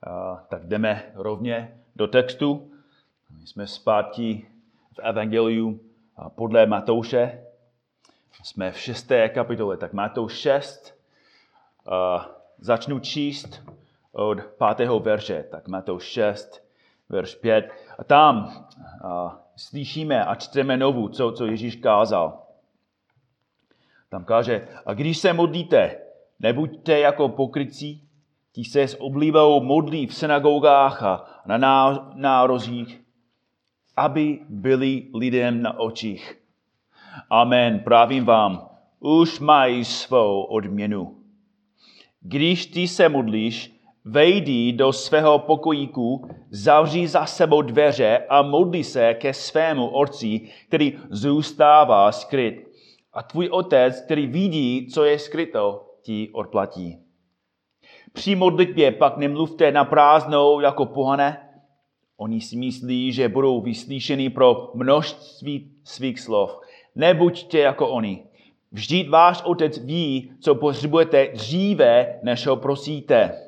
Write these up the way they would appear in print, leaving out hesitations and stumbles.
Tak jdeme rovně do textu. My jsme zpátky v Evangeliu podle Matouše. Jsme v 6. kapitole, tak Matouš 6. Začnu číst od 5. verše. Tak Matouš 6, verš 5. A tam slyšíme a čteme znovu, co Ježíš kázal. Tam káže, a když se modlíte, nebuďte jako pokrytci, ti se s oblibou modlí v synagogách a na nározích, aby byli lidem na očích. Amen, pravím vám, už mají svou odměnu. Když ty se modlíš, vejdi do svého pokojíku, zavři za sebou dveře a modli se ke svému otci, který zůstává skryt. A tvůj otec, který vidí, co je skryto, ti odplatí. Při modlitbě pak nemluvte na prázdnou jako pohané. Oni si myslí, že budou vyslyšeni pro množství svých slov. Nebuďte jako oni. Vždyť váš otec ví, co potřebujete dříve, než ho prosíte.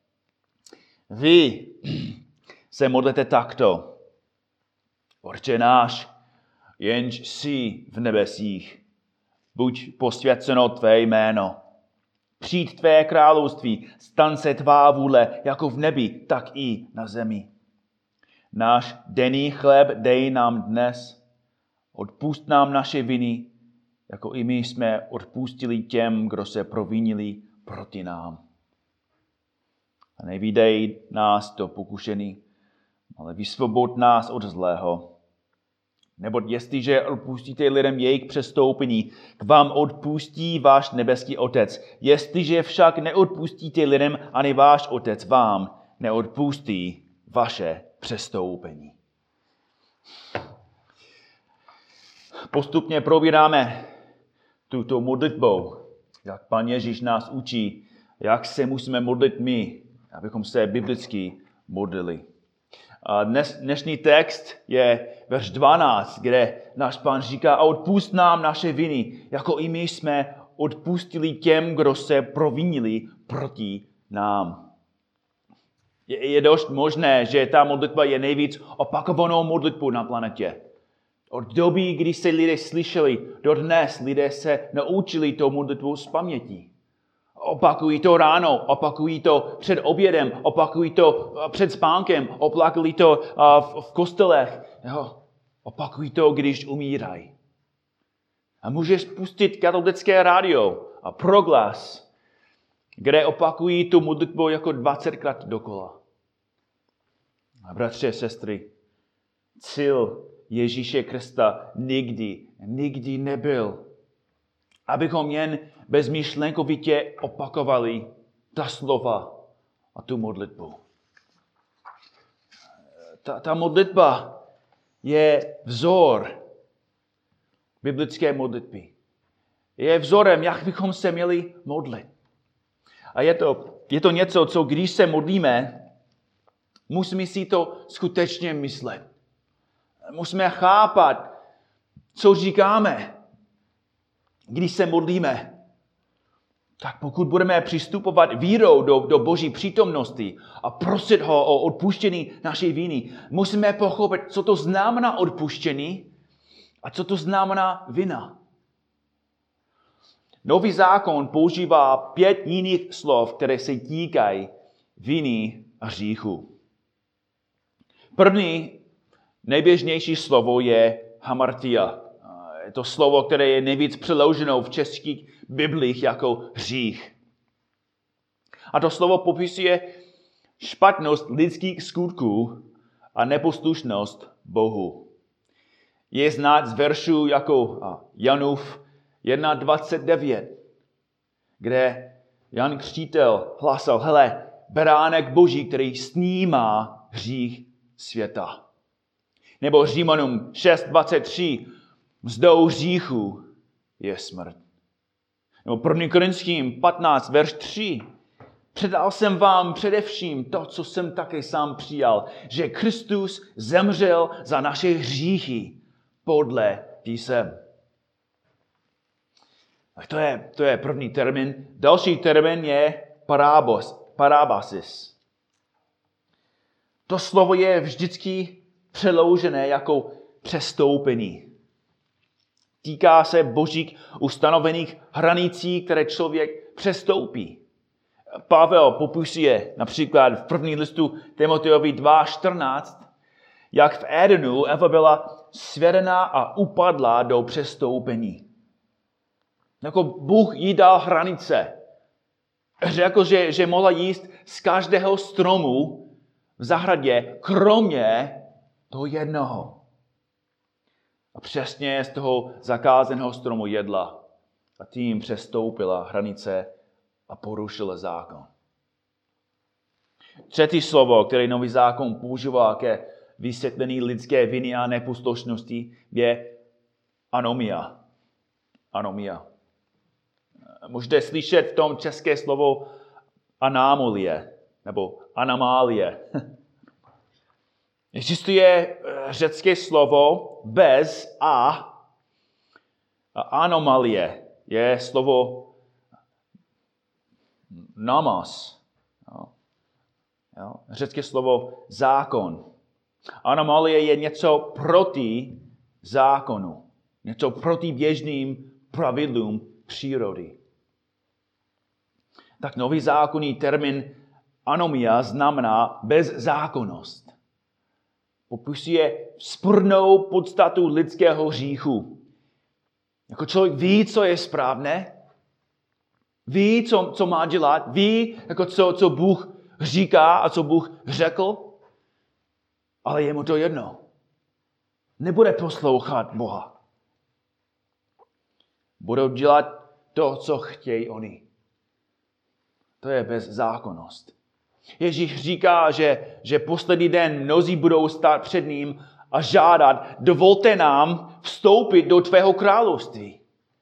Vy se modlete takto. Otče náš, jenž jsi v nebesích, buď posvěceno tvé jméno. Přijď tvé království, stan se tvá vůle, jako v nebi, tak i na zemi. Náš denní chléb dej nám dnes. Odpusť nám naše viny, jako i my jsme odpustili těm, kdo se provinili proti nám. A nevídej nás do pokušení, ale vysvoboď nás od zlého. Neboť jestliže odpustíte lidem jejich přestoupení, k vám odpustí váš nebeský otec. Jestliže však neodpustíte lidem, ani váš otec vám neodpustí vaše přestoupení. Postupně probíráme tuto modlitbou, jak Pan Ježíš nás učí, jak se musíme modlit my, abychom se biblicky modlili. A dnešní text je verš 12, kde náš Pán říká, a odpust nám naše viny, jako i my jsme odpustili těm, kdo se provinili proti nám. Je dost možné, že ta modlitba je nejvíc opakovanou modlitbou na planetě. Od doby, kdy se lidé slyšeli, do dnes lidé se naučili tou modlitbou z paměti. Opakují to ráno, opakují to před obědem, opakují to před spánkem, opakují to v kostelech, opakují to, když umírají. A můžeš pustit katolické rádio a proglas, kde opakují tu modlitbu jako 20krát dokola. A bratři a sestry, cíl Ježíše Krista nikdy nebyl, abychom jen bezmyšlenkovitě opakovali ta slova a tu modlitbu. Ta modlitba je vzor biblické modlitby. Je vzorem, jak bychom se měli modlit. A je to něco, co když se modlíme, musíme si to skutečně myslet. Musíme chápat, co říkáme, když se modlíme. Tak pokud budeme přistupovat vírou do Boží přítomnosti a prosit ho o odpuštění naší viny, musíme pochopit, co to znamená odpuštění a co to znamená vina. Nový zákon používá 5 jiných slov, které se týkají viny a hříchu. První nejběžnější slovo je hamartia. Je to slovo, které je nejvíc přeloženo v českých biblích jako hřích. A to slovo popisuje špatnost lidských skutků a neposlušnost Bohu. Je znát z veršů jako Janův 1.29, kde Jan Křtitel hlásal, hele, beránek Boží, který snímá hřích světa. Nebo Římanům 6.23, mzdou hříchu je smrt. Nebo 1. Korinským 15, verš 3. Předal jsem vám především to, co jsem také sám přijal, že Kristus zemřel za naše hříchy podle písem. To je první termín. Další termín je parabasis. To slovo je vždycky přeložené jako přestoupení. Týká se božích ustanovených hranicí, které člověk přestoupí. Pavel popisuje například v první listu Timoteovi 2:14, jak v Edenu Eva byla svedena a upadla do přestoupení. Jako Bůh jí dal hranice. Řekl, že mohla jíst z každého stromu v zahradě, kromě toho jednoho. A přesně z toho zakázaného stromu jedla. A tím přestoupila hranice a porušila zákon. Třetí slovo, které Nový zákon používá ke vysvětlení lidské viny a neposlušnosti, je anomia. Anomia. Můžete slyšet v tom české slovo anomalie nebo anomálie. Existuje řecké slovo bez a anomalie je slovo nomos. Řecké slovo zákon. Anomalie je něco proti zákonu. Něco proti běžným pravidlům přírody. Tak nový zákonný termín anomia znamená bezzákonnost. Popisuje vzpůrnou podstatu lidského hříchu. Jako člověk ví, co je správné, ví, co má dělat, ví, jako co Bůh říká a co Bůh řekl, ale je mu to jedno. Nebude poslouchat Boha. Budou dělat to, co chtějí oni. To je bezzákonnost. Ježíš říká, že poslední den mnozí budou stát před ním a žádat, dovolte nám vstoupit do tvého království.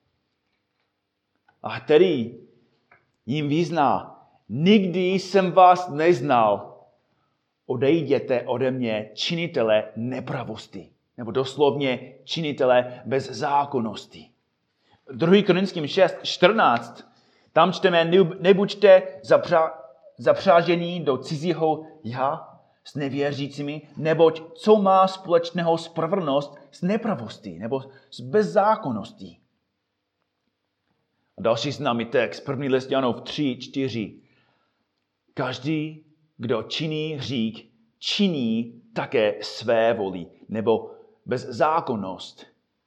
A tedy jim vyzná, nikdy jsem vás neznal, odejděte ode mě, činitele nepravosti, nebo doslovně činitele bezzákonnosti. 2. Korinským 6:14, tam čteme, nebuďte zapřážení do cizího jha s nevěřícími, neboť co má společného spravedlnost s nepravostí nebo s bezzákonností. A další známý text, 1. list Janův 3:4. Každý, kdo činí hřích, činí také své voli nebo bezzákonnost.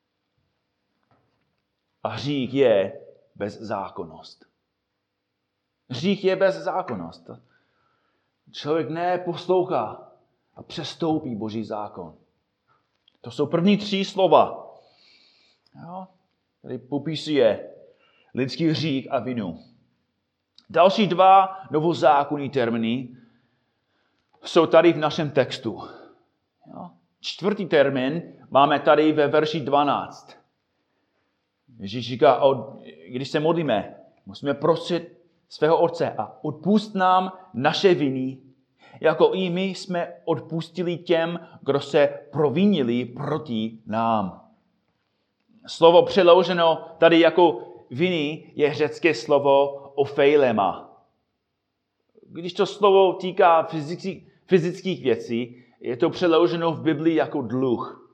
A hřích je bezzákonnost. Hřích je bezzákonnost. Člověk neposlouchá a přestoupí Boží zákon. To jsou první 3 slova, který popisuje lidský hřích a vinu. Další 2 novozákonní termíny jsou tady v našem textu. 4. termín máme tady ve verši 12. Ježíš říká, když se modlíme, musíme prosit svého Otce a odpusť nám naše viny, jako i my jsme odpustili těm, kdo se provinili proti nám. Slovo přeloženo tady jako viny je řecké slovo ofeilema. Když to slovo týká fyzických věcí, je to přeloženo v Biblii jako dluh.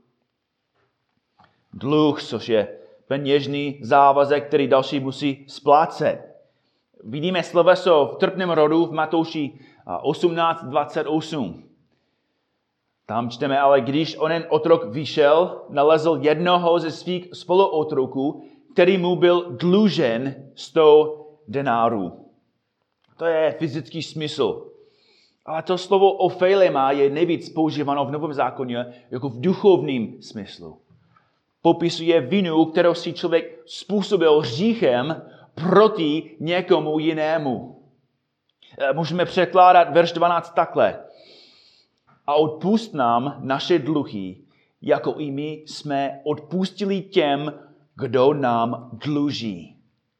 Dluh, což je peněžní závazek, který další musí splácet. Vidíme sloveso v trpném rodu v Matouši 18:28. Tam čteme, ale když onen otrok vyšel, nalezl jednoho ze svých spoluotroků, který mu byl dlužen 100 denárů. To je fyzický smysl. Ale to slovo ofeilema je nejvíc používáno v Novém zákoně jako v duchovním smyslu. Popisuje vinu, kterou si člověk způsobil hříchem proti někomu jinému. Můžeme překládat verš 12 takhle. A odpusť nám naše dluhy, jako i my jsme odpustili těm, kdo nám dluží.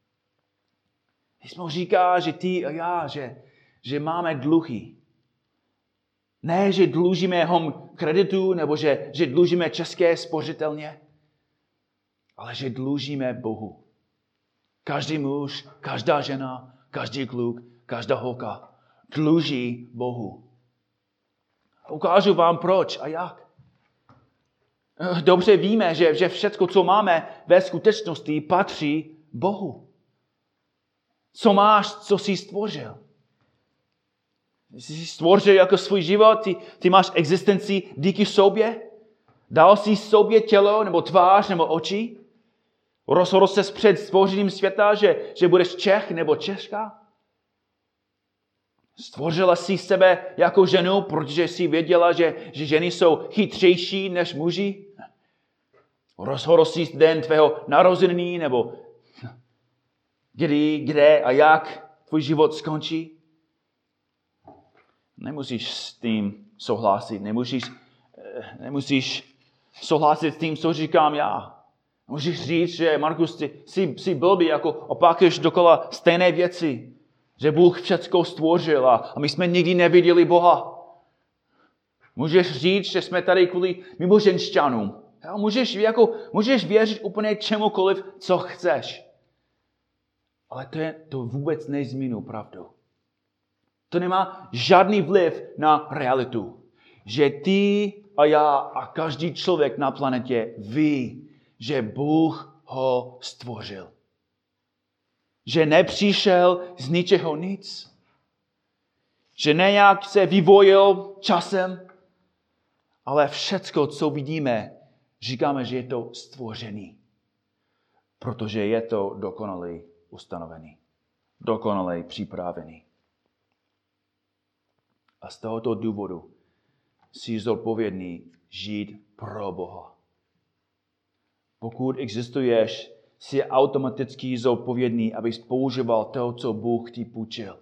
Písmo říká, že ty a já, že máme dluhy. Ne, že dlužíme home kreditu, nebo že dlužíme české spořitelně, ale že dlužíme Bohu. Každý muž, každá žena, každý kluk, každá holka dluží Bohu. Ukážu vám proč a jak. Dobře víme, že všechno, co máme ve skutečnosti, patří Bohu. Co máš, co jsi stvořil? Jsi stvořil jako svůj život, ty máš existenci díky sobě? Dal jsi sobě tělo, nebo tvář, nebo oči? Rozhodl ses před stvořením světa, že budeš Čech nebo Češka? Stvořila jsi sebe jako ženu, protože jsi věděla, že ženy jsou chytřejší než muži? Rozhodl jsi den tvého narození, nebo kdy, kde a jak tvůj život skončí? Nemusíš s tím souhlasit, nemusíš souhlasit s tím, co říkám já. Můžeš říct, že Markus, jsi blbý, jako opakuješ dokola stejné věci. Že Bůh všecko stvořil a my jsme nikdy neviděli Boha. Můžeš říct, že jsme tady kvůli mimoženšťanům. Můžeš věřit úplně čemukoliv, co chceš. Ale to vůbec nezmění pravdu. To nemá žádný vliv na realitu. Že ty a já a každý člověk na planetě ví, že Bůh ho stvořil. Že nepřišel z ničeho nic. Že nějak se vyvojil časem, ale všecko, co vidíme, říkáme, že je to stvořený. Protože je to dokonale ustanovený. Dokonale připravený. A z tohoto důvodu jsi zodpovědný žít pro Boha. Pokud existuješ, jsi automaticky zodpovědný, abys používal to, co Bůh ti půjčil.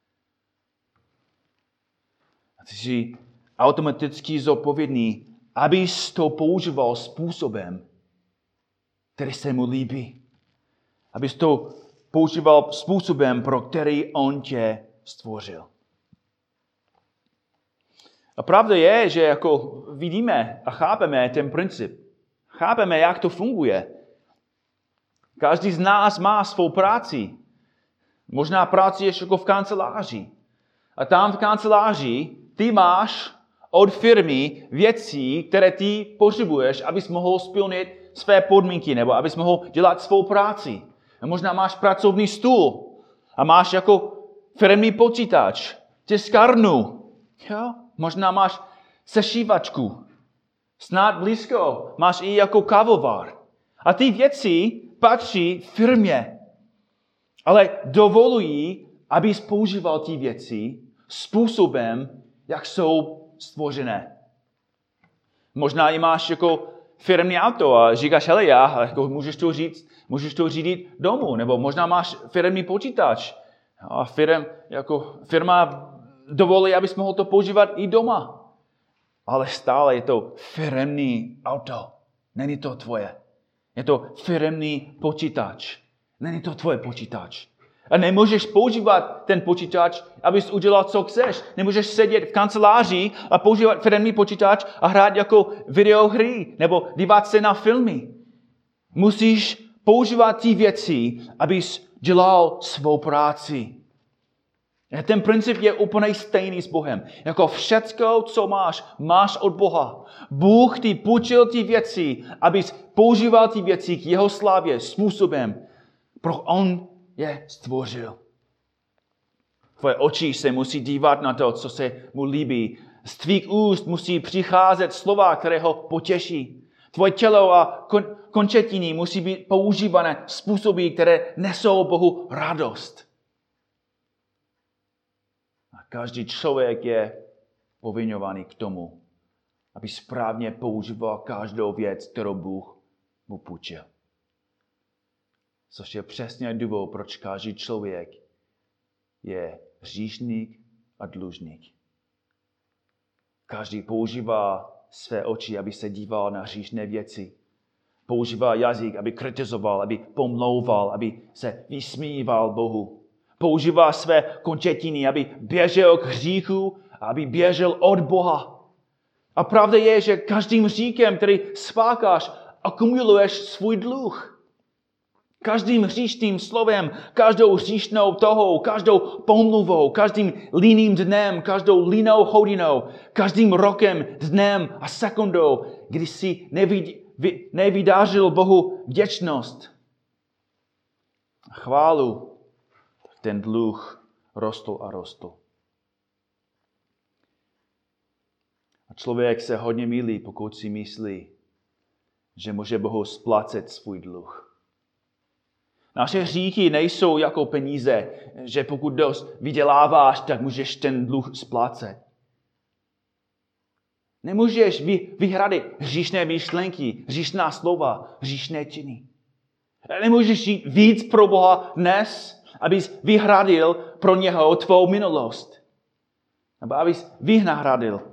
A ty jsi automaticky zodpovědný, abys to používal způsobem, který se mu líbí. Abys to používal způsobem, pro který on tě stvořil. A pravda je, že jako vidíme a chápeme ten princip. Chápeme, jak to funguje. Každý z nás má svou práci. Možná práci ještě jako v kanceláři. A tam v kanceláři ty máš od firmy věci, které ty potřebuješ, abys mohl splnit své podmínky, nebo abys mohl dělat svou práci. A možná máš pracovní stůl a máš jako firmní počítač, tiskárnu. Jo? Možná máš sešívačku. Snad blízko máš i jako kávovar. A ty věci patří firmě. Ale dovolují, abys používal ty věci způsobem, jak jsou stvořené. Možná i máš jako firmní auto a říkáš, hele, já jako můžeš to řídit domů. Nebo možná máš firmní počítač. A firma dovolí, abys mohl to používat i doma. Ale stále je to firemní auto. Není to tvoje. Je to firemní počítač. Není to tvoje počítač. A nemůžeš používat ten počítač, abys udělal, co chceš. Nemůžeš sedět v kanceláři a používat firemní počítač a hrát jako videohry nebo dívat se na filmy. Musíš používat ty věci, abys dělal svou práci. Ten princip je úplně stejný s Bohem. Jako všecko, co máš od Boha. Bůh ti půjčil ty věci, abys používal ty věci k jeho slávě způsobem, pro on je stvořil. Tvoje oči se musí dívat na to, co se mu líbí. Z tvých úst musí přicházet slova, které ho potěší. Tvoje tělo a končetiny musí být používané způsoby, které nesou Bohu radost. Každý člověk je povinovaný k tomu, aby správně používal každou věc, kterou Bůh mu půjčil. Což je přesně důvod, proč každý člověk je hříšník a dlužník. Každý používá své oči, aby se díval na hříšné věci. Používá jazyk, aby kritizoval, aby pomlouval, aby se vysmíval Bohu. Používá své končetiny, aby běžel k hříchu a aby běžel od Boha. A pravda je, že každým hříchem, který spácháš, akumuluješ svůj dluh. Každým hříšným slovem, každou hříšnou tohou, každou pomluvou, každým líným dnem, každou línou hodinou, každým rokem, dnem a sekundou, kdy si nevydářil Bohu vděčnost a chválu, ten dluh rostl a rostl. A člověk se hodně mýlí, pokud si myslí, že může Bohu splácet svůj dluh. Naše hříchy nejsou jako peníze, že pokud dost vyděláváš, tak můžeš ten dluh splácet. Nemůžeš vyhradit hříšné myšlenky, hříšná slova, hříšné činy. Nemůžeš žít víc pro Boha dnes, abys vyhradil pro něho tvou minulost. Nebo abys vynahradil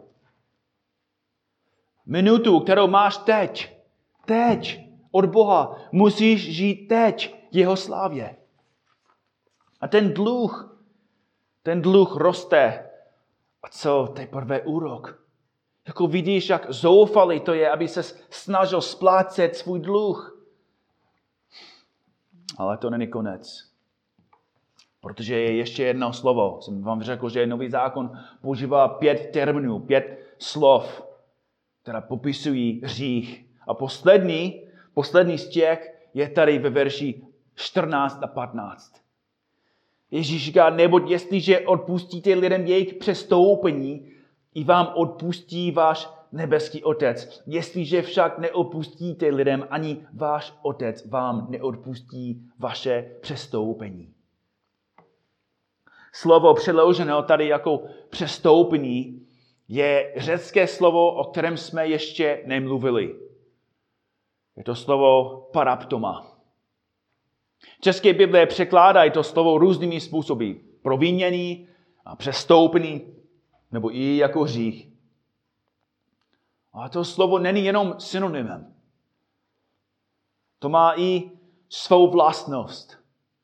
minutu, kterou máš teď od Boha. Musíš žít teď jeho slávě. A ten dluh roste. A co teprve úrok? Jako vidíš, jak zoufalý to je, aby se snažil splácet svůj dluh. Ale to není konec. Protože je ještě jedno slovo. Jsem vám řekl, že Nový zákon používá 5 termínů, 5 slov, která popisují hřích. A poslední z těch je tady ve verši 14 a 15. Ježíš říká, neboť jestliže odpustíte lidem jejich přestoupení, i vám odpustí váš nebeský Otec. Jestliže však neodpustíte lidem, ani váš Otec vám neodpustí vaše přestoupení. Slovo přeloženo tady jako přestoupení je řecké slovo, o kterém jsme ještě nemluvili. Je to slovo paraptoma. České Bible překládají to slovo různými způsoby. Provinění a přestoupení, nebo i jako hřích. A to slovo není jenom synonymem. To má i svou vlastnost.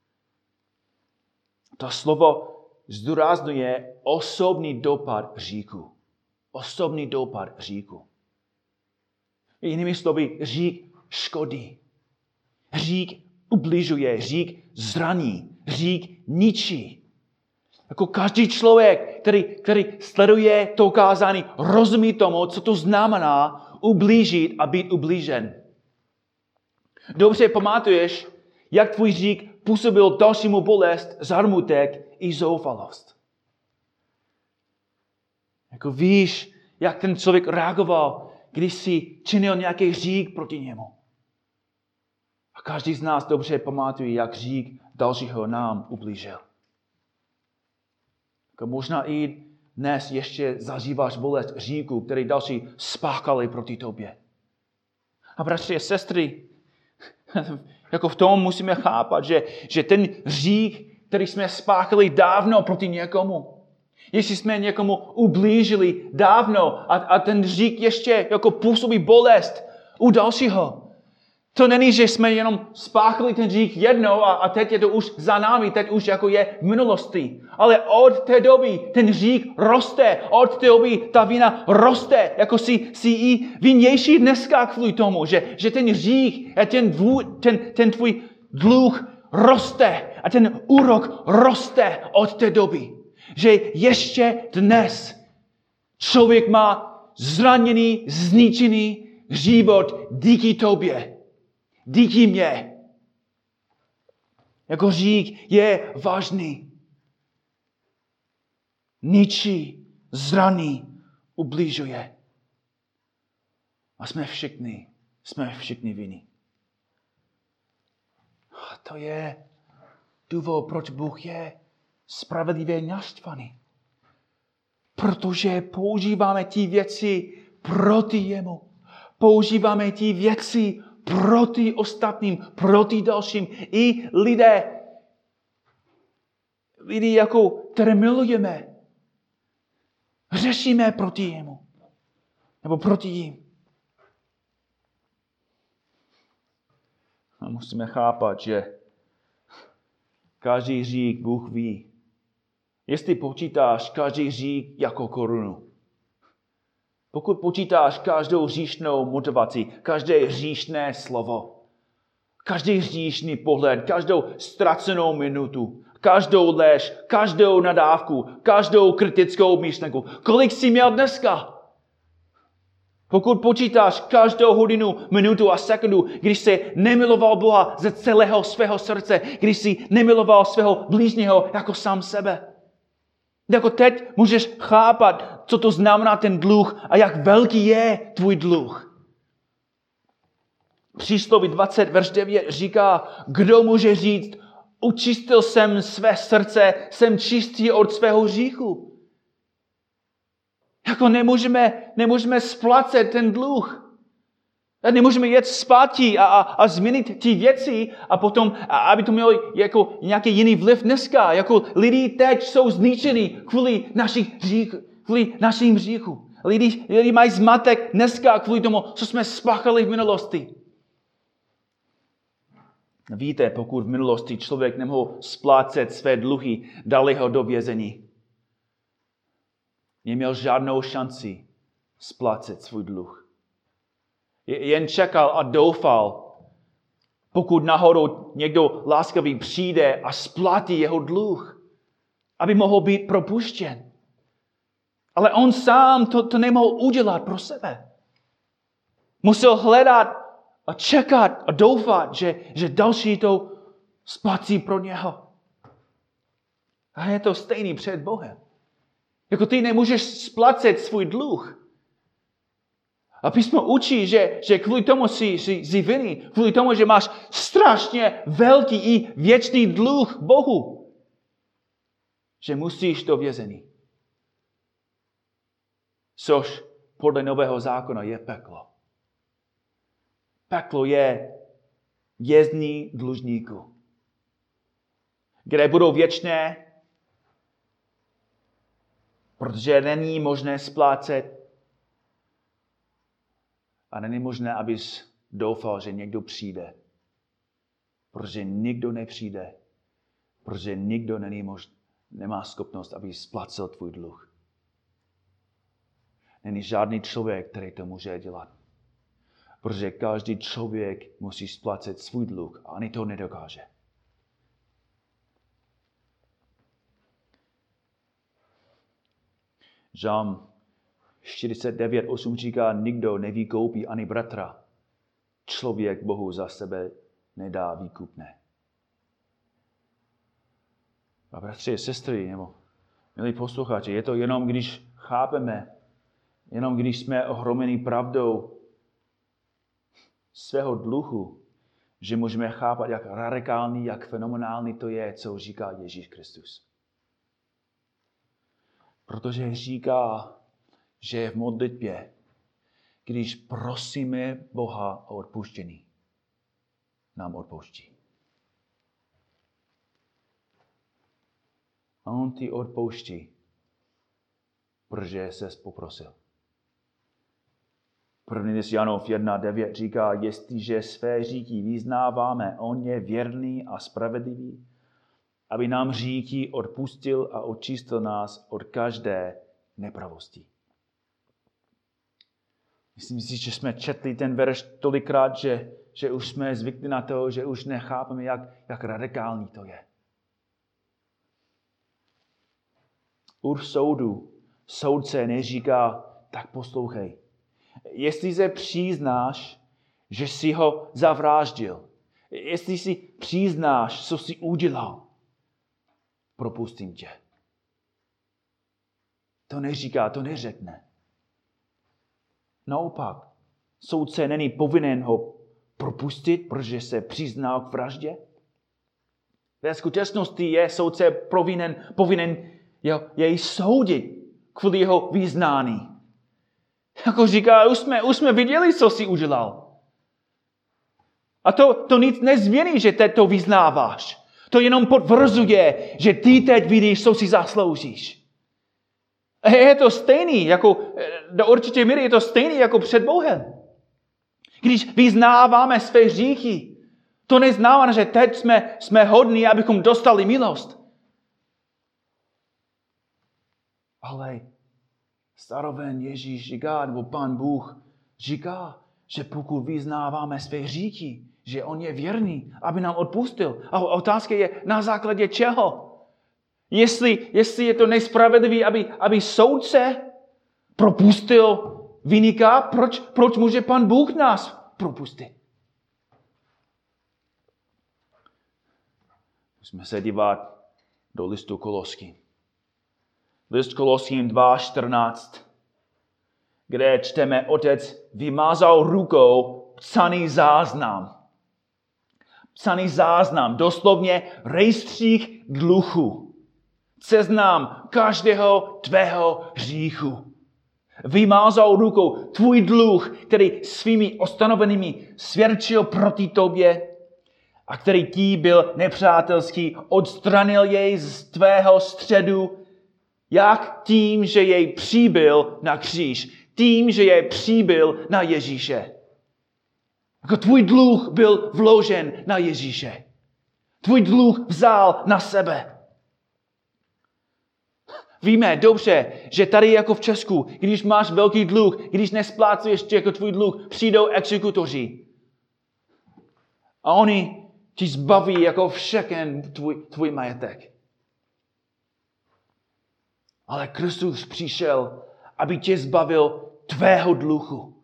To slovo zdůrazňuje osobní dopad hříchu. Osobní dopad hříchu. Jinými slovy, hřích škodí. Hřích ubližuje, hřích zraní, hřích ničí. Jako každý člověk, který sleduje to kázání, rozumí tomu, co to znamená ublížit a být ublížen. Dobře pamatuješ, jak tvůj hřích působil dalšímu bolest, zarmutek i zoufalost. Jako víš, jak ten člověk reagoval, když si činil nějaký hřích proti němu. A každý z nás dobře pamatuje, jak hřích dalšího nám ublížil. Jako možná i dnes ještě zažíváš bolest hříchu, který další spáchali proti tobě. A bratři a sestry, jako v tom musíme chápat, že ten hřích, který jsme spáchali dávno proti někomu, jestli jsme někomu ublížili dávno a ten hřích ještě jako působí bolest u dalšího. To není, že jsme jenom spáchali ten hřích jednou a teď je to už za námi, teď už jako je v minulosti. Ale od té doby ten hřích roste, od té doby ta vina roste, jako si i vinnější dneska kvůli tomu, že ten hřích a ten tvůj dluh roste a ten úrok roste od té doby. Že ještě dnes člověk má zraněný, zničený život díky tobě. Díky mě. Jako hřích je vážný. Ničí, zraní, ubližuje. A jsme všichni vinní. A to je důvod, proč Bůh je spravedlivě naštvaný. Protože používáme ty věci proti jemu. Používáme ty věci proti ostatním, proti dalším. I lidi jako které milujeme, řešíme proti jemu. Nebo proti jim. A musíme chápat, že každý hřích Bůh ví. Jestli počítáš každý hřích jako korunu. Pokud počítáš každou hříšnou motivaci, každé hříšné slovo, Každý hříšný pohled, každou ztracenou minutu, každou lež, každou nadávku, každou kritickou myšlenku. Kolik jsi měl dneska? Pokud počítáš každou hodinu, minutu a sekundu, když jsi nemiloval Boha ze celého svého srdce, když jsi nemiloval svého blížního jako sám sebe. Jako teď můžeš chápat, co to znamená ten dluh a jak velký je tvůj dluh. Přísloví 20, verš 9 říká, kdo může říct, učistil jsem své srdce, jsem čistý od svého hříchu. Jako nemůžeme splácet ten dluh. Nemůžeme jet zpátky a změnit ty věci a potom, aby to mělo jako nějaký jiný vliv dneska. Jako lidi teď jsou zničeni kvůli našim hříchu. Lidi mají zmatek dneska kvůli tomu, co jsme spáchali v minulosti. Víte, pokud v minulosti člověk nemohl splácet své dluhy, dali ho do vězení. Neměl žádnou šanci splácet svůj dluh. Jen čekal a doufal, pokud náhodou někdo láskavý přijde a splatí jeho dluh, aby mohl být propuštěn. Ale on sám to nemohl udělat pro sebe. Musel hledat a čekat a doufat, že další to splatí pro něho. A je to stejný před Bohem. Jako ty nemůžeš splacet svůj dluh. A písmo učí, že kvůli tomu jsi vinný, kvůli tomu, že máš strašně velký i věčný dluh Bohu, že musíš do vězení. Což podle Nového zákona je peklo. Peklo je vězní dlužníků, kde budou věčné, protože není možné splácet a není možné, abys doufal, že někdo přijde. Protože nikdo nepřijde. Protože nikdo nemá schopnost, aby splácel tvůj dluh. Není žádný člověk, který to může dělat. Protože každý člověk musí splácet svůj dluh a ani to nedokáže. Žalm 49:8 říká, nikdo nevykoupí ani bratra. Člověk Bohu za sebe nedá výkupné. A bratři, sestry, nebo milí posluchači, je to jenom, když chápeme, jenom když jsme ohromeni pravdou svého dluhu, že můžeme chápat, jak radikální, jak fenomenální to je, co říká Ježíš Kristus. Protože říká, že v modlitbě, když prosíme Boha o odpuštění, nám odpouští. A on ti odpouští, protože ses poprosil. 1. list Janův 1:9 říká, jestliže své hříchy vyznáváme, on je věrný a spravedlivý, aby nám hříchy odpustil a očistil nás od každé nepravosti. Myslím si, že jsme četli ten verš tolikrát, že už jsme zvykli na to, že už nechápeme, jak radikální to je. U soudu soudce neříká, tak poslouchej. Jestli se přiznáš, že jsi ho zavraždil, jestli si přiznáš, co jsi udělal, propustím tě. To neříká, to neřekne. Naopak, soudce není povinen ho propustit, protože se přiznal k vraždě. Ve skutečnosti je soudce povinen jej soudit kvůli jeho vyznání. Jako říká, už jsme viděli, co jsi udělal. A to nic nezmění, že teď to vyznáváš. To jenom potvrzuje, že ty teď vidíš, co si zasloužíš. Je to stejný, do určité míry je to stejný jako před Bohem. Když vyznáváme své hříchy, to neznamená, že teď jsme hodní, abychom dostali milost. Ale zároveň Ježíš říká, nebo Pán Bůh říká, že pokud vyznáváme své hříchy, že on je věrný, aby nám odpustil. A otázka je, na základě čeho? Jestli je to nespravedlivé, aby soudce propustil viníka, proč může Pan Bůh nás propustit? Musíme se dívat do listu Koloským. List Koloským 2:14, kde čteme, otec vymazal rukou psaný záznam. Psaný záznam, doslovně rejstřík dluhu. Seznam každého tvého hříchu. Vymazal rukou tvůj dluh, který svými ostanovenými svědčil proti tobě a který ti byl nepřátelský, odstranil jej z tvého středu, jak tím, že jej přibyl na kříž, tím, že jej přibyl na Ježíše. Jako tvůj dluh byl vložen na Ježíše. Tvůj dluh vzal na sebe. Víme dobře, že tady jako v Česku, když máš velký dluh, když nesplácuješ jako tvůj dluh, přijdou exekutoři. A oni ti zbaví jako všechen tvůj majetek. Ale Kristus přišel, aby tě zbavil tvého dluhu.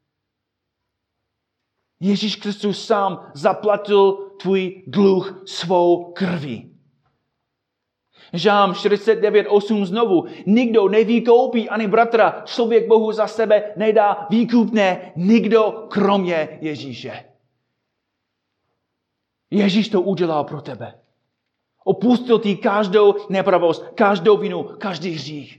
Ježíš Kristus sám zaplatil tvůj dluh svou krví. Žálm 49:8 znovu. Nikdo nevykoupí ani bratra, člověk Bohu za sebe nedá výkupné, nikdo kromě Ježíše. Ježíš to udělal pro tebe. Opustil ti každou nepravost, každou vinu, každý hřích.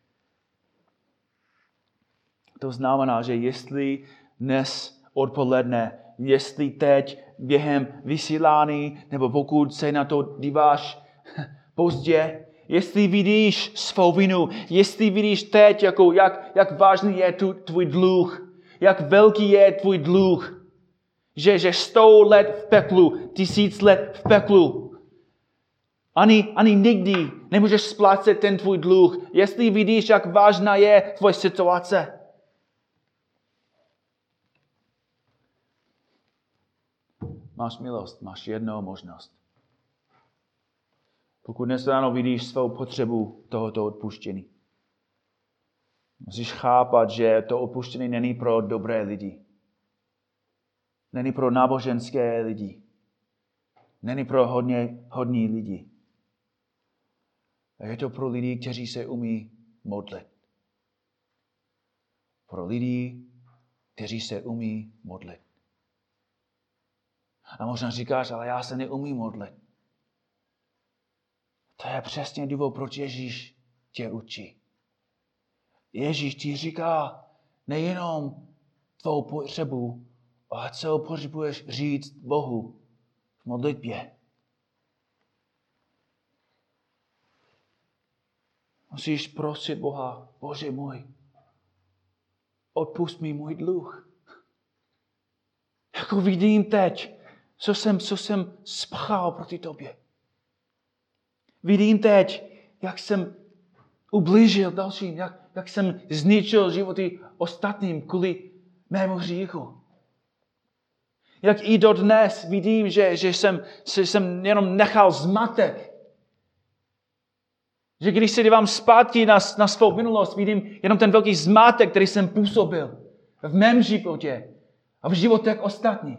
To znamená, že jestli dnes odpoledne, jestli teď během vysílání, nebo pokud se na to díváš pozdě, jestli vidíš svou vinu, jestli vidíš teď, jak vážný je tvůj dluh, jak velký je tvůj dluh, že 100 let v peklu, 1000 let v peklu, ani nikdy nemůžeš splácet ten tvůj dluh, jestli vidíš, jak vážná je tvoje situace. Máš milost, máš jednou možnost. Pokud dnes ráno vidíš svou potřebu tohoto odpuštění, musíš chápat, že to odpuštění není pro dobré lidi. Není pro náboženské lidi. Není pro hodní lidi. Je to pro lidi, kteří se umí modlit. Pro lidi, kteří se umí modlit. A možná říkáš, ale já se neumím modlit. To je přesně důvod, proč Ježíš tě učí. Ježíš ti říká nejenom tvou potřebu, ale co potřebuješ říct Bohu v modlitbě. Musíš prosit Boha, Bože můj, odpust mi můj dluh. Jako vidím teď, co jsem spáchal proti tobě. Vidím teď, jak jsem ublížil dalším, jak jsem zničil životy ostatním kvůli mému hříchu. Jak i dodnes vidím, že jsem jenom nechal zmatek. Že když se dívám zpátky na svou minulost, vidím jenom ten velký zmatek, který jsem působil v mém životě a v životech ostatních.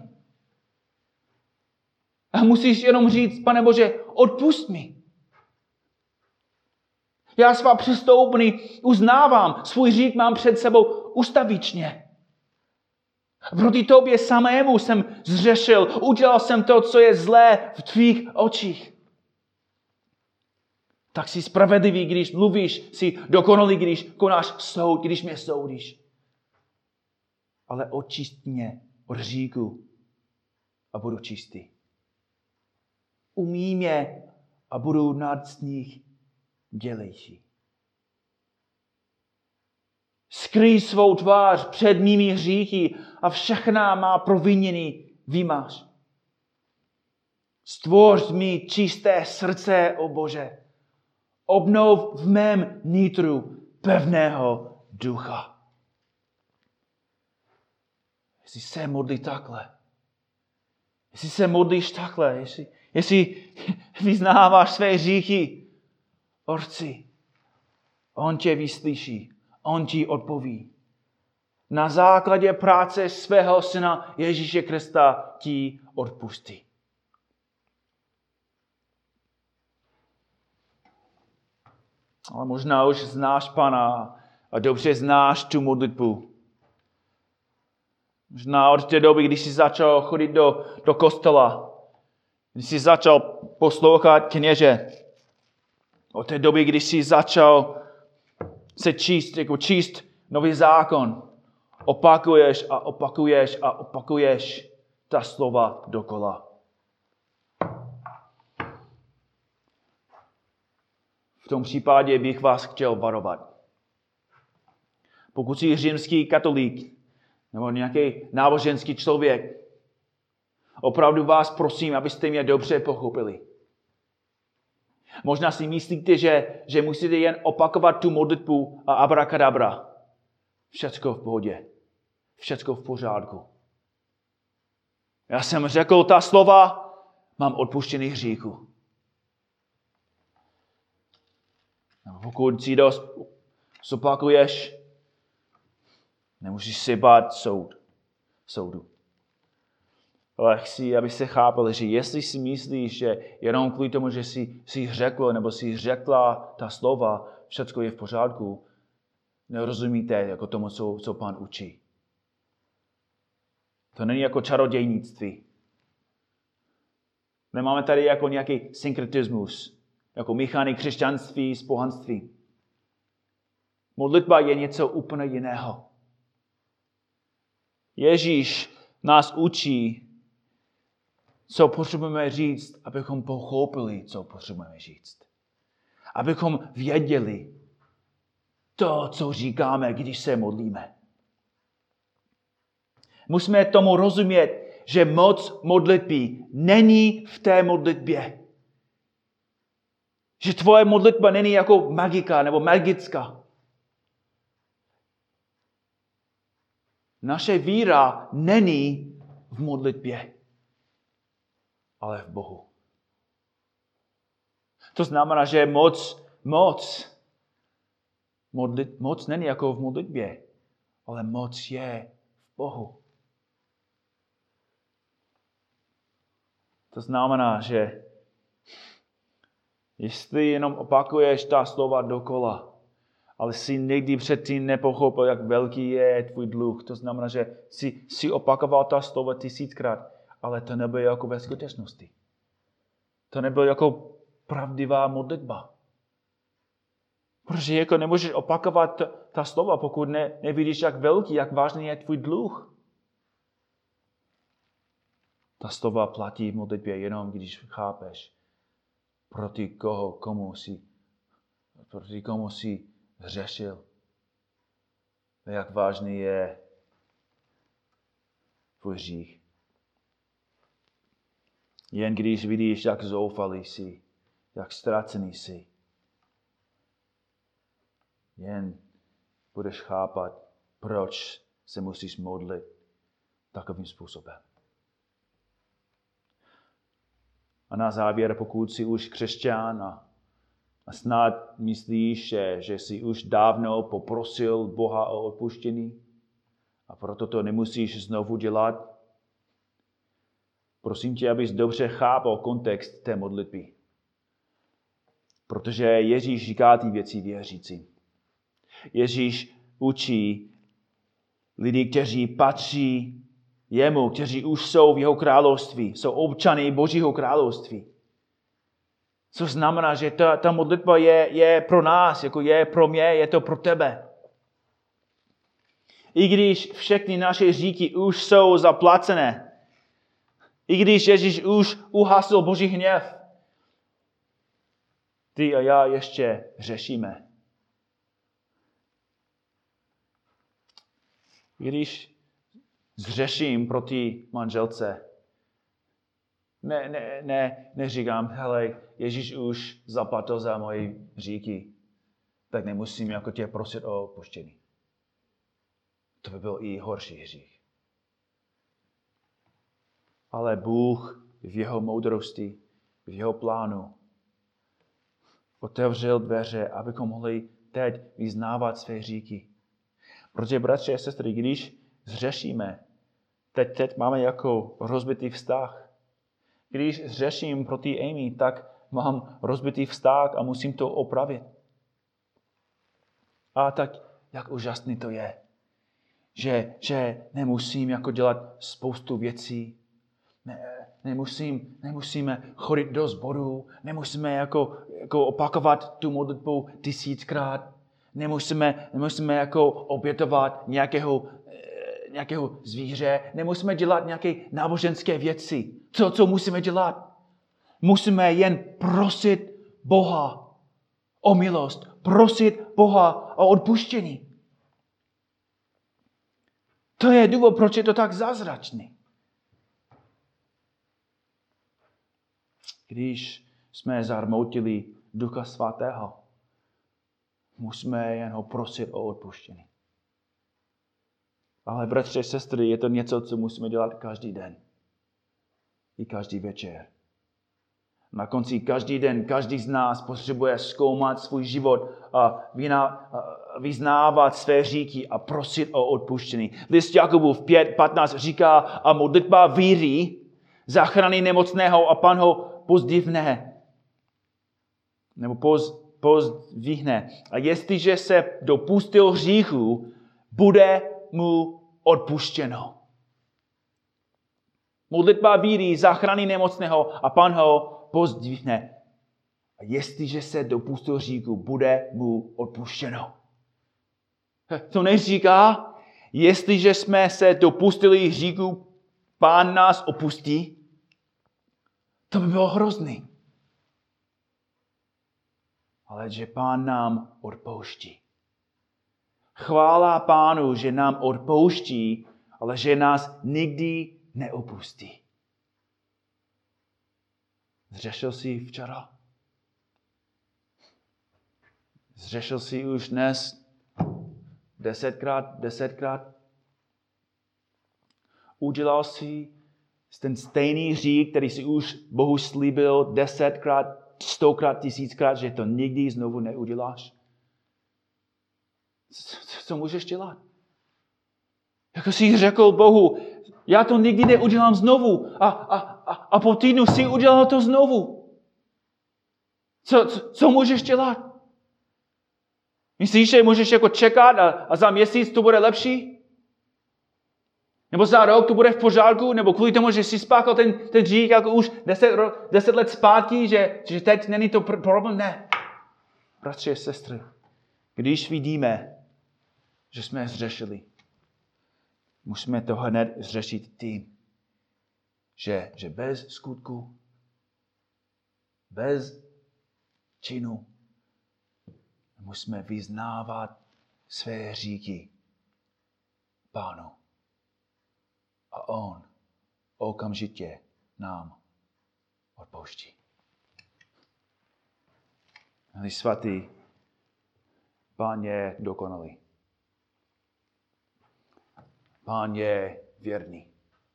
A musíš jenom říct, Pane Bože, odpust mi. Já svá přistoupení uznávám, svůj hřích mám před sebou ustavičně. Proti tobě samému jsem zřešil, udělal jsem to, co je zlé v tvých očích. Tak jsi spravedlivý, když mluvíš, jsi dokonalý, když konáš soud, když mě soudíš. Ale očist mě od hříchu a budu čistý. Umí mě a budu nad z nich dělejší. Skryj svou tvář před mými hříchy a všechna má provinění vymaž. Stvoř mi čisté srdce, o Bože. Obnov v mém nitru pevného ducha. Jestli se modlí takhle, Jestli se modlíš takhle, jestli vyznáváš své hříchy, Otci, on tě vyslyší, on ti odpoví. Na základě práce svého syna Ježíše Krista ti odpustí. Ale možná už znáš Pana a dobře znáš tu modlitbu. Možná od té doby, když jsi začal chodit do kostela, když jsi začal poslouchat kněže, od té doby, když jsi začal se číst nový zákon, opakuješ a opakuješ a opakuješ ta slova dokola. V tom případě bych vás chtěl varovat. Pokud jsi římský katolík nebo nějaký náboženský člověk, opravdu vás prosím, abyste mě dobře pochopili. Možná si myslíte, že musíte jen opakovat tu modlitbu a abrakadabra. Všecko v pohodě. Všecko v pořádku. Já jsem řekl ta slova, mám odpuštěný hříchu. Pokud si dost zopakuješ, nemusíš se bát soudu. Ale chci, aby se chápali, že jestli si myslíš, že jenom kvůli tomu, že jsi řekl nebo jsi řekla ta slova, všecko je v pořádku, nerozumíte jako tomu, co Pán učí. To není jako čarodějnictví. Nemáme tady jako nějaký synkretismus, jako míchaný křesťanství s pohanství. Modlitba je něco úplně jiného. Ježíš nás učí, co potřebujeme říct, abychom pochopili, co potřebujeme říct. Abychom věděli to, co říkáme, když se modlíme. Musíme tomu rozumět, že moc modlitby není v té modlitbě. Že tvoje modlitba není jako magika nebo magická. Naše víra není v modlitbě, ale v Bohu. To znamená, že moc není jako v modlitbě, ale moc je v Bohu. To znamená, že jestli jenom opakuješ ta slova dokola, ale jsi někdy předtím nepochopil, jak velký je tvůj dluh. To znamená, že jsi opakoval ta slova 1000krát, ale to nebylo jako ve skutečnosti. To nebylo jako pravdivá modlitba. Protože jako nemůžeš opakovat ta slova, pokud nevidíš, jak velký, jak vážný je tvůj dluh. Ta slova platí v modlitbě jenom, když chápeš, proti komu jsi hřešil. Jak vážný je tvůj hřích. Jen když vidíš, jak zoufalý jsi, jak ztracený jsi, jen budeš chápat, proč se musíš modlit takovým způsobem. A na závěr, pokud jsi už křesťan a snad myslíš, že jsi už dávno poprosil Boha o odpuštění a proto to nemusíš znovu dělat, prosím tě, abys dobře chápal kontext té modlitby. Protože Ježíš říká ty věci věřící. Ježíš učí lidi, kteří patří jemu, kteří už jsou v jeho království, jsou občany Božího království. Co znamená, že ta modlitba je pro nás, jako je pro mě, je to pro tebe. I když všechny naše hříchy už jsou zaplacené, i když Ježíš už uhasil Boží hněv, ty a já ještě hřešíme. Když zřeším proti manželce, neříkám, hele, Ježíš už zaplatil za moje hříchy, tak nemusím jako tě prosit o odpuštění. To by byl i horší hřích. ale Bůh v jeho moudrosti, v jeho plánu otevřel dveře, abychom mohli teď vyznávat své hříchy. Protože, bratři a sestry, když zřešíme, teď máme jako rozbitý vztah. Když zřeším proti Amy, tak mám rozbitý vztah a musím to opravit. A tak, jak úžasný to je, že nemusím jako dělat spoustu věcí, nemusíme chodit do sboru, nemusíme jako opakovat tu modlitbu 1000krát, nemusíme jako obětovat nějakého zvíře, nemusíme dělat nějaké náboženské věci. Co musíme dělat? Musíme jen prosit Boha o milost, prosit Boha o odpuštění. To je důvod, proč je to tak zázračný. Když jsme zarmoutili Ducha Svatého, musíme jen ho prosit o odpuštění. Ale bratři a sestry, je to něco, co musíme dělat každý den. I každý večer. Na konci každý den, každý z nás potřebuje zkoumat svůj život a vyznávat své hříchy a prosit o odpuštění. List Jakubův 5:15 říká, a modlitba víry zachrání nemocného a Pán ho pozdvihne. A jestliže se dopustil hříchu, bude mu odpuštěno. Modlitba víry zachrání nemocného a Pán ho pozdvihne. A jestliže se dopustil hříchu, bude mu odpuštěno. To neříká, jestliže jsme se dopustili hříchu, Pán nás opustí. To by bylo hrozný. Ale že Pán nám odpouští. Chvála Pánu, že nám odpouští, ale že nás nikdy neopustí. Zřešil jsi včera? Zřešil jsi už dnes 10krát? Udělal jsi ten stejný hřích, který jsi už Bohu slíbil 10krát, 100krát, 1000krát, že to nikdy znovu neuděláš? Co můžeš dělat? Jako jsi řekl Bohu, já to nikdy neudělám znovu a po týdnu si udělal to znovu. Co můžeš dělat? Myslíš, že můžeš jako čekat a za měsíc to bude lepší? Nebo za rok to bude v pořádku? Nebo kvůli tomu, že jsi spáchal ten hřích jako už 10 let zpátky, že teď není to problém? Ne. Bratři a sestry, když vidíme, že jsme zřešili, musíme to hned zřešit tím, že bez skutku, bez činu, musíme vyznávat své hříchy Pánu. A on okamžitě nám odpouští. Milí svatý, Pán je dokonalý. Pán je věrný.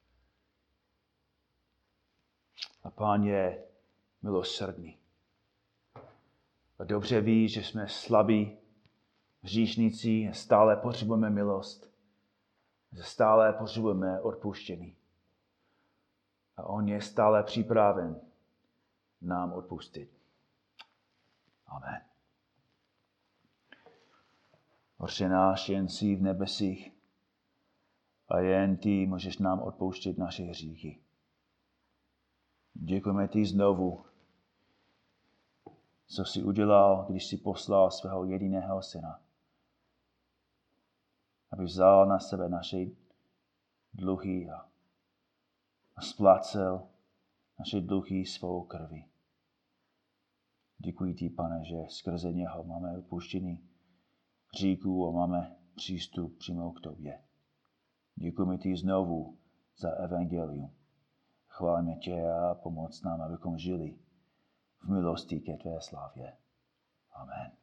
A Pán je milosrdný. A dobře ví, že jsme slabí, hříšníci, a stále potřebujeme milost. Že stále potřebujeme odpuštění. A on je stále připraven nám odpustit. Amen. Otče náš, jen jsi v nebesích a jen ty můžeš nám odpouštět naše hříchy. Děkujeme ti znovu, co jsi udělal, když jsi poslal svého jediného syna, aby vzal na sebe naše dluhy a splácel naše dluhy svou krví. Děkuji ti, Pane, že skrze něho máme odpuštění hříchů a máme přístup přímo k tobě. Děkujeme ti znovu za evangelium. Chválíme tě a pomoc nám, abychom žili v milosti ke tvé slávě. Amen.